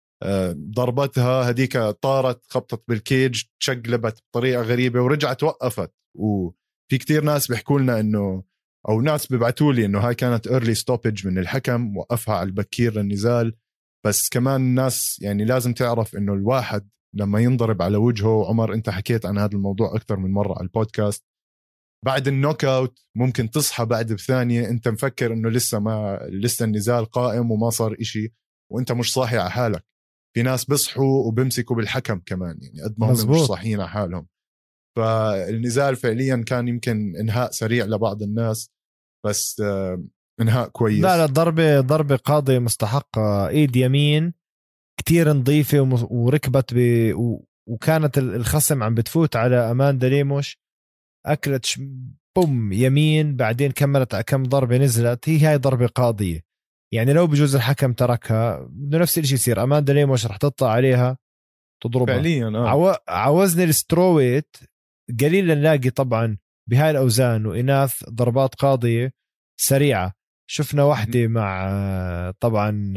ضربتها هديك طارت خبطت بالكيج تشقلبت بطريقة غريبة ورجعت وقفت. وفي كتير ناس بيحكوا لنا إنه، أو ناس بيبعتوا لي إنه هاي كانت early stoppage من الحكم، وقفها على البكير للنزال. بس كمان الناس يعني لازم تعرف إنه الواحد لما ينضرب على وجهه، عمر أنت حكيت عن هذا الموضوع أكثر من مرة على البودكاست، بعد النوك أوت ممكن تصحى بعد بثانية أنت مفكر إنه لسه النزال قائم وما صار إشي، وأنت مش صاحي على حالك. في ناس بيصحوا وبمسكوا بالحكم كمان، يعني قد ما هم مش صاحيين على حالهم. فالنزال فعليا كان يمكن انهاء سريع لبعض الناس، بس انهاء كويس. لا ضربة قاضية مستحقة، ايد يمين كتير نظيفة وركبت وكانت الخصم عم بتفوت على أماندا ليموش، أكلت بوم يمين، بعدين كملت كم ضربة نزلت. هاي ضربة قاضية، يعني لو بجوز الحكم تركها بده نفس الشيء يصير. أماندا ليموش رح تطلع عليها تضربها فعليا. عوزني السترويت قليل نلاقي طبعا بهاي الأوزان وإناث ضربات قاضية سريعة. شفنا واحدة مع طبعا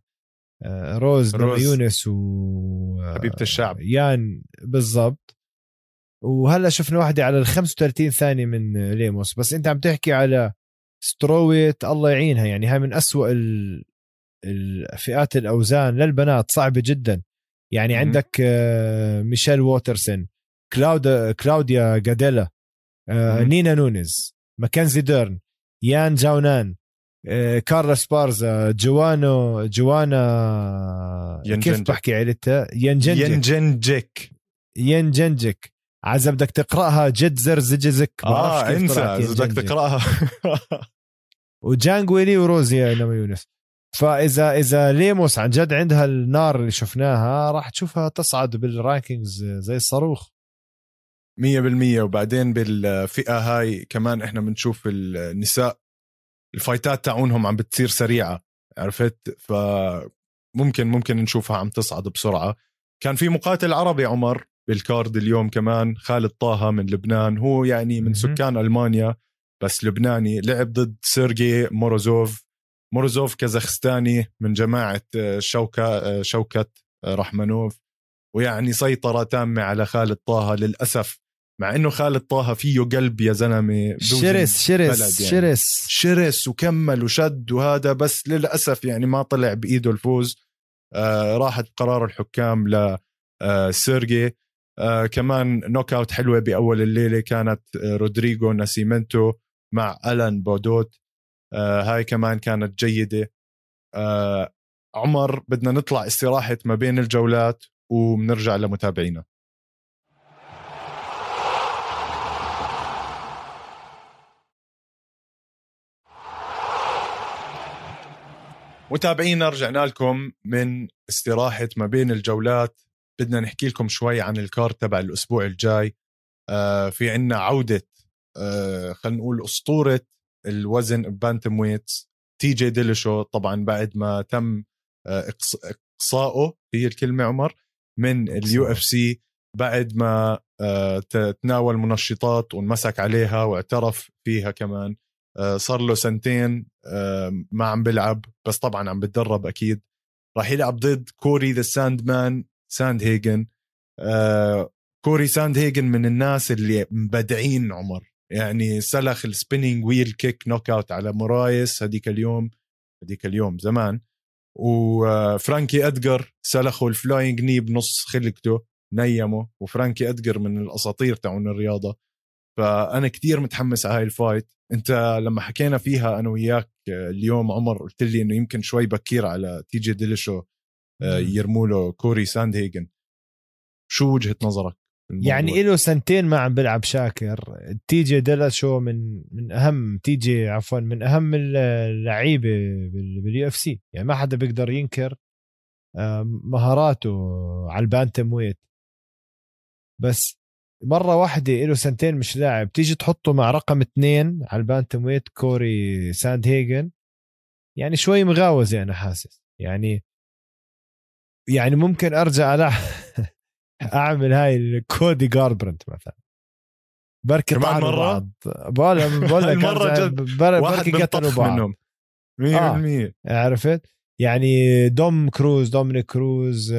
روز نمايونس حبيبة الشعب يان بالضبط. وهلا شفنا واحدة على 35 ثانية من ليموس. بس انت عم تحكي على سترويت، الله يعينها، يعني هاي من أسوأ الفئات الأوزان للبنات، صعبة جدا. يعني عندك ميشيل ووترسون، كلاوديا جاديلا، نينا نونيز، ماكنزي ديرن، يان جاونان، كارلوس بارزا، جوانا كيف بحكي عيلتها، ينجنجك. عايز بدك تقرأها جد زرزجزك، انسى بدك تقرأها. وجانغويلي وروزيا نمايونس. فإذا ليموس عن جد عندها النار اللي شفناها، راح تشوفها تصعد بالرانكينجز زي الصاروخ 100%. وبعدين بالفئة هاي كمان احنا بنشوف النساء الفايتات تاعونهم عم بتصير سريعة، عرفت؟ فممكن نشوفها عم تصعد بسرعة. كان في مقاتل عربي عمر بالكارد اليوم كمان، خالد طه من لبنان، هو يعني من سكان ألمانيا بس لبناني، لعب ضد سيرجي موروزوف كازاخستاني من جماعة شوكت رحمنوف. ويعني سيطرة تامة على خالد طه للأسف، مع انه خالد طه فيه قلب يا زلمه، شرس وكمل وشد وهذا، بس للاسف يعني ما طلع بايده الفوز. راحت قرار الحكام لسيرجي. كمان نوك اوت حلوه باول الليله كانت رودريغو ناسيمنتو مع ألان بودوت. هاي كمان كانت جيده. عمر بدنا نطلع استراحه ما بين الجولات وبنرجع لمتابعينا. متابعينا رجعنا لكم من استراحة ما بين الجولات. بدنا نحكي لكم شوي عن الكارت تبع الأسبوع الجاي. في عنا عودة خلينا نقول أسطورة الوزن بانتم ويتس تي جي ديليشو، طبعا بعد ما تم إقصائه، هي الكلمة عمر، من اليو اف سي بعد ما تناول منشطات وانمسك عليها واعترف فيها كمان. صار له 2 ما عم بلعب، بس طبعا عم بتدرب أكيد. راح يلعب ضد كوري ذا ساندمان ساندهيجن. كوري ساندهيجن من الناس اللي مبدعين عمر، يعني سلخ السبينينج ويل كيك نوك اوت على مورايس هديك اليوم زمان. وفرانكي أدجر سلخوا الفلاينج ني بنص خلقته نيمه، وفرانكي أدجر من الأساطير تاعون الرياضة. فأنا كتير متحمس على هاي الفايت. أنت لما حكينا فيها أنا وياك اليوم عمر قلت لي إنه يمكن شوي بكير على تي جي ديليشو يرموله كوري ساندهيجن. شو وجهة نظرك؟ يعني له 2 ما عم بلعب شاكر. تي جي ديليشو من أهم اللعيبة باليو اف سي، يعني ما حدا بيقدر ينكر مهاراته على البانتم ويت. بس مرة واحدة له 2 مش لاعب، تيجي تحطه مع رقم 2 على البانتم ويت كوري ساندهيجن، يعني شوي مغاوزة أنا حاسس. يعني ممكن أرجع أعمل هاي الكودي جاربرنت مثلا، بركي طعنوا بعض. بقول لك مرة بركي قتلوا بعض 100%. عرفت يعني دومينيك كروز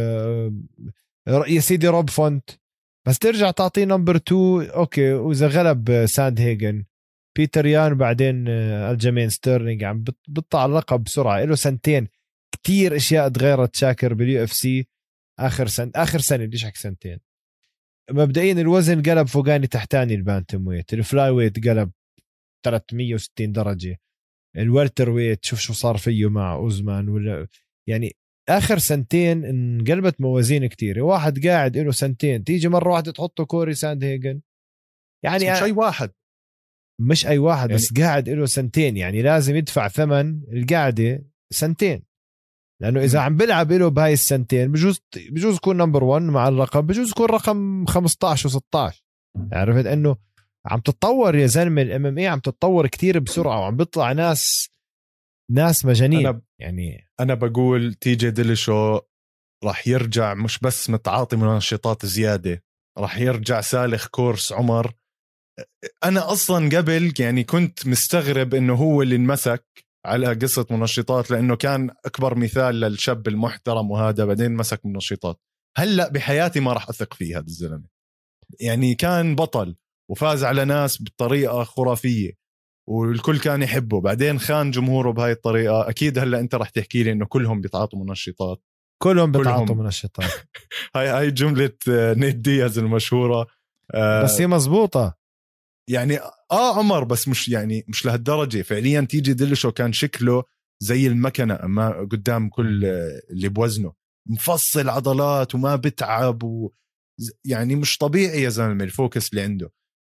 يا سيدي روب فونت، بس ترجع تعطيه نمبر 2 اوكي. واذا غلب ساندهيجن بيتر يان بعدين الجيمين ستيرلينج عم بيطلع اللقب بسرعه. له 2 كتير اشياء تغيرت شاكر باليو اف سي اخر سنه ليش حك 2. مبدئيا الوزن قلب فوقاني تحتاني، البانتم ويت الفلاي ويت قلب 360 درجه، الوالتر ويت شوف شو صار فيه مع اوزمان ولا يعني اخر 2 انقلبت موازين كتير. واحد قاعد له 2 تيجي مره واحده تحطه كوري ساندهيجن، يعني مش اي واحد، مش اي واحد يعني بس قاعد له 2 يعني لازم يدفع ثمن القعده 2 لانه اذا عم بلعب له بهاي 2 بجوز يكون نمبر 1 مع اللقب، بجوز يكون رقم 15 و16. عرفت انه عم تتطور يا زلمه، الام ام اي عم تتطور كتير بسرعه وعم بيطلع ناس مجانين. أنا بقول تي جي ديليشو راح يرجع مش بس متعاطي منشطات زيادة، راح يرجع سالخ كورس عمر. أنا أصلا قبل يعني كنت مستغرب إنه هو اللي انمسك على قصة منشطات، لأنه كان أكبر مثال للشاب المحترم وهذا، بعدين مسك منشطات. هلأ بحياتي ما راح أثق فيه هذا الزلمة، يعني كان بطل وفاز على ناس بطريقة خرافية والكل كان يحبه، بعدين خان جمهوره بهاي الطريقة. أكيد هلأ أنت رح تحكي لي إنه كلهم بيتعاطوا منشطات، كلهم بيتعاطوا منشطات. هاي جملة نيت دياز المشهورة. بس هي مزبوطة يعني عمر، بس مش لهالدرجة فعليا. تيجي ديليشو كان شكله زي المكنة أما قدام كل اللي بوزنه، مفصل عضلات وما بتعب يعني مش طبيعي يا زلمة الفوكس اللي عنده.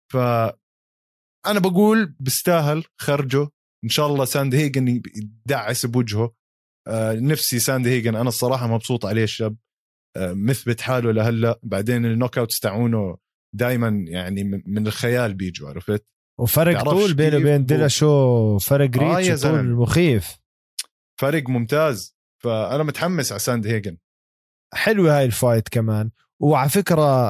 فأنا بقول بستاهل خرجه إن شاء الله. ساندهيجن يدعس بوجهه. نفسي ساندهيجن، أنا الصراحة مبسوط عليه الشاب، مثبت حاله لهلا. بعدين النوك اوتس تاعونه دايما يعني من الخيال بيجوا، عرفت؟ وفرق طول بينه وبين ديلاشو، فرق ريتش طول مخيف، فرق ممتاز. فأنا متحمس على ساندهيجن. حلوة هاي الفايت كمان. وعلى فكرة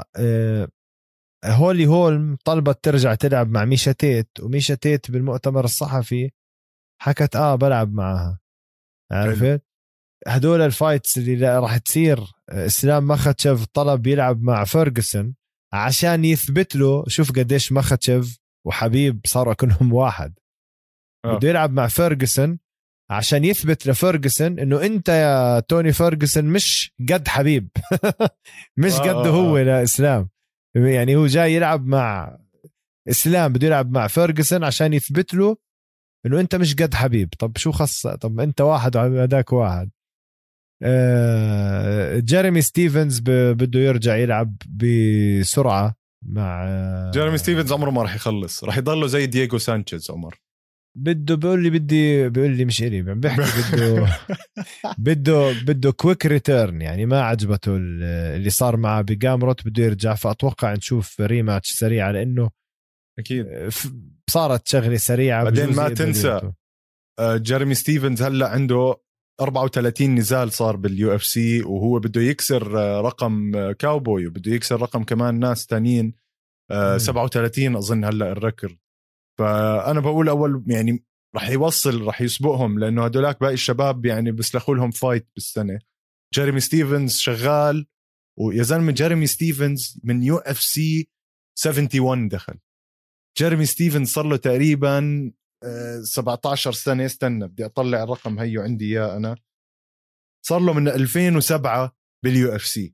هولي هولم طلبت ترجع تلعب مع ميشا تيت، وميشا تيت بالمؤتمر الصحفي حكت بلعب معها. عرفت هدول الفايتس اللي راح تصير، اسلام مخاتشيف طلب يلعب مع فيرغسون عشان يثبت له، شوف قديش مخاتشيف وحبيب صاروا كلهم واحد. بده يلعب مع فيرغسون عشان يثبت لفيرغسون انه انت يا توني فيرغسون مش قد حبيب مش قده هو لاسلام. يعني هو جاي يلعب مع اسلام، بده يلعب مع فيرغسون عشان يثبت له انه انت مش قد حبيب. طب شو خص؟ طب انت واحد وهداك واحد. جيريمي ستيفنز بده يرجع يلعب بسرعة مع جيريمي ستيفنز. عمره ما راح يخلص، راح يضله زي دييغو سانشيز عمر. بيقول لي مش إلي بيحكي بده كويك ريتيرن، يعني ما عجبته اللي صار معه بجامروت، بده يرجع. فأتوقع نشوف ريماتش سريع لأنه أكيد صارت شغلة سريعة. بعدين ما تنسى جيريمي ستيفنز هلأ عنده 34 نزال صار باليو اف سي، وهو بده يكسر رقم كاوبوي، وبده يكسر رقم كمان ناس تانيين 37 أظن هلأ الركض. فأنا بقول أول يعني راح يسبقهم، لأنه هدولاك باقي الشباب يعني بيسلخوا لهم فايت بالسنة. جيريمي ستيفنز شغال، ويا زلمة جيريمي ستيفنز من يو اف سي 71 دخل. جيريمي ستيفنز صار له تقريبا 17 سنة. استنى بدي أطلع الرقم هيو عندي إياه أنا. صار له من 2007 باليو اف سي،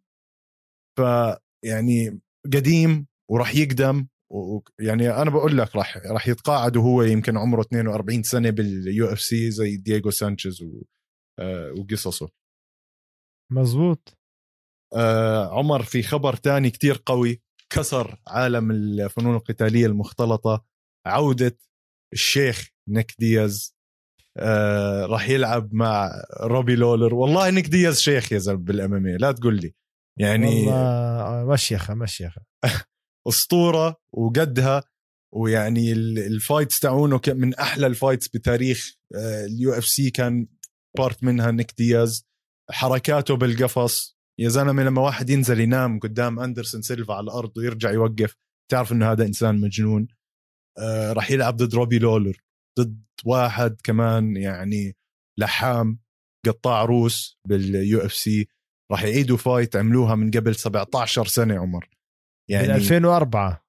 فيعني قديم وراح يقدم. ويعني أنا بقول لك راح يتقاعد وهو يمكن عمره 42 سنة باليو اف سي زي دييغو سانشيز وقصصه. مزبوط. عمر في خبر تاني كتير قوي كسر عالم الفنون القتالية المختلطة، عودة الشيخ نيك دياز. راح يلعب مع روبي لولر. والله نيك دياز شيخ يا زلمة بالأمامية، لا تقول لي يعني مشيخة أسطورة وقدها. ويعني الفايتس تاعونه من أحلى الفايتس بتاريخ اليو اف سي، كان بارت منها نيك دياز. حركاته بالقفص يا زلمة، لما واحد ينزل ينام قدام أندرسون سيلفا على الأرض ويرجع يوقف، تعرف إنه هذا إنسان مجنون. راح يلعب ضد روبي لولر، ضد واحد كمان يعني لحام قطاع روس باليو اف سي. راح يعيدوا فايت عملوها من قبل 17 سنة عمر، يعني 2004.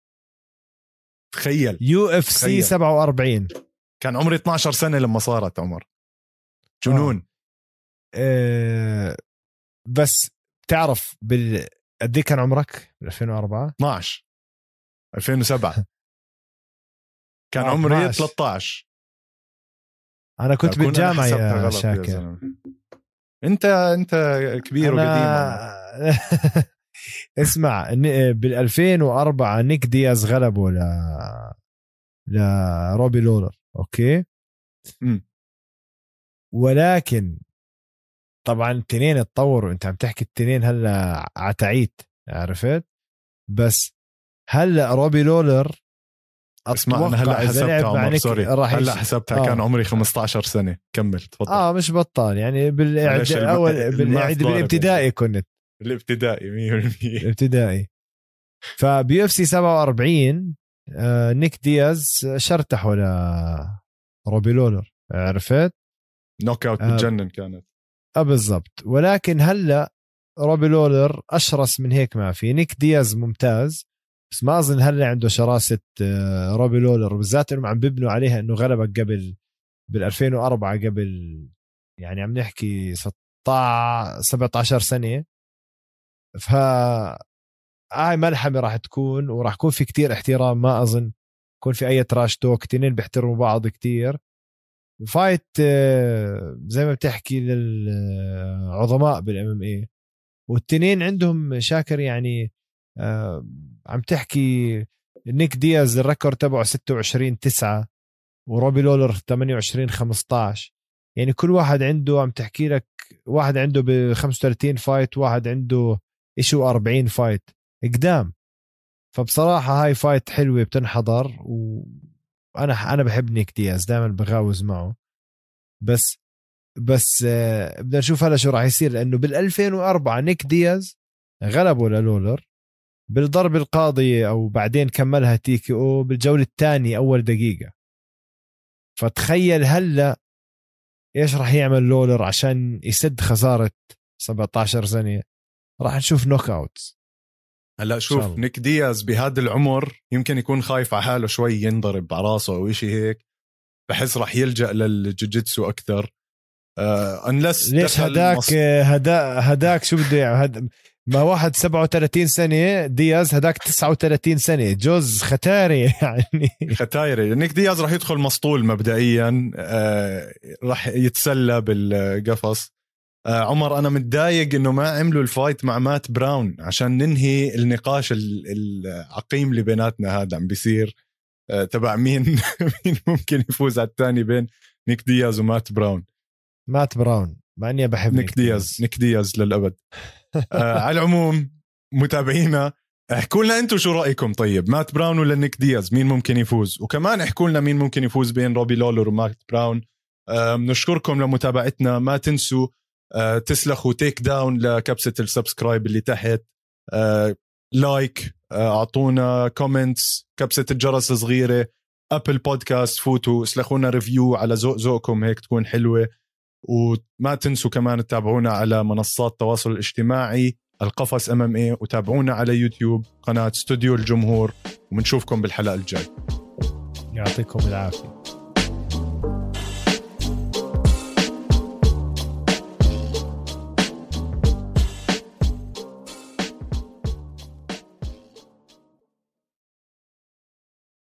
تخيل يو اف سي 47. كان عمري 12 سنة لما صارت عمر. جنون. بس تعرف قد ايه كان عمرك ب 2004؟ 12. 2007 كان عمري 13. انا كنت بالجامعة يا شاكر. انت كبير وقديم. اسمع، بال 2004 نيك دياز غلبه لروبي لولر، اوكي. ولكن طبعا التنين اتطوروا، انت عم تحكي التنين هلا عتعيت، عرفت؟ بس هلا روبي لولر اسمع انا هلا حسبتها عمر، سوري هلا حسبتها كان عمري 15 سنة. كمل تفضل. مش بطال يعني بالابتدائي كنت الابتدائي 100% الابتدائي. فبي اف سي 47 نيك دياز شرتحوا لروبي لولر، عرفت؟ نوك اوت بتجنن كانت. بالضبط. ولكن هلا روبي لولر اشرس من هيك ما في. نيك دياز ممتاز، بس ما اظن هلا عنده شراسة روبي لولر، بالذات انهم عم بيبنوا عليها انه غلبك قبل بال 2004 قبل يعني عم نحكي 17 سنة. هاي ملحمة راح تكون، وراح يكون في كتير احترام. ما أظن يكون في أي تراش توك، تنين بيحترموا بعض كتير. فايت زي ما بتحكي للعظماء بالMMA، والتنين عندهم شاكر يعني. عم تحكي نيك دياز الريكورد تبعه 26-9 وروبي لولر 28-15. يعني كل واحد عنده، عم تحكي لك واحد عنده ب 35 فايت، واحد عنده إشو 40 فايت قدام. فبصراحة هاي فايت حلوة بتنحضر، وأنا بحب نيك دياز، دائما بغاوز معه. بس بدنا نشوف هلا شو راح يصير، لأنه بال2004 نيك دياز غلبه للولر بالضرب القاضية، أو بعدين كملها تيكي أو بالجولة الثانية أول دقيقة. فتخيل هلا إيش راح يعمل لولر عشان يسد خسارة 17 سنة. راح نشوف نوك أوتس. هلا شوف نيك دياز بهذا العمر يمكن يكون خايف على حاله شوي، ينضرب على راسه أو إشي هيك. بحس راح يلجأ للجوجيتسو أكثر. unless ليش هداك شو بده يعني؟ ما واحد 37 سنة دياز، هداك 39 سنة، جوز ختاري يعني ختايري. نيك دياز راح يدخل مسطول مبدئيا. راح يتسلى بالقفص. عمر أنا متضايق إنه ما عملوا الفايت مع مات براون عشان ننهي النقاش العقيم اللي بيناتنا هذا عم بيصير. تبع مين ممكن يفوز على الثاني بين نيك دياز ومات براون. مات براون مع اني بحب نيك دياز للأبد. على العموم متابعينا احكوا لنا انتم شو رأيكم. طيب مات براون ولا نيك دياز مين ممكن يفوز؟ وكمان احكوا لنا مين ممكن يفوز بين روبي لولر ومات براون. بنشكركم لمتابعتنا. ما تنسوا تسلخوا تيك داون لكبسة السبسكرايب اللي تحت، لايك، اعطونا كومنتس، كبسة الجرس صغيرة، ابل بودكاست فوتوا اسلخونا ريفيو على ذوقكم هيك تكون حلوة. وما تنسوا كمان تتابعونا على منصات التواصل الاجتماعي القفص MMA، وتابعونا على يوتيوب قناة استوديو الجمهور، ومنشوفكم بالحلقة الجاي. يعطيكم العافية.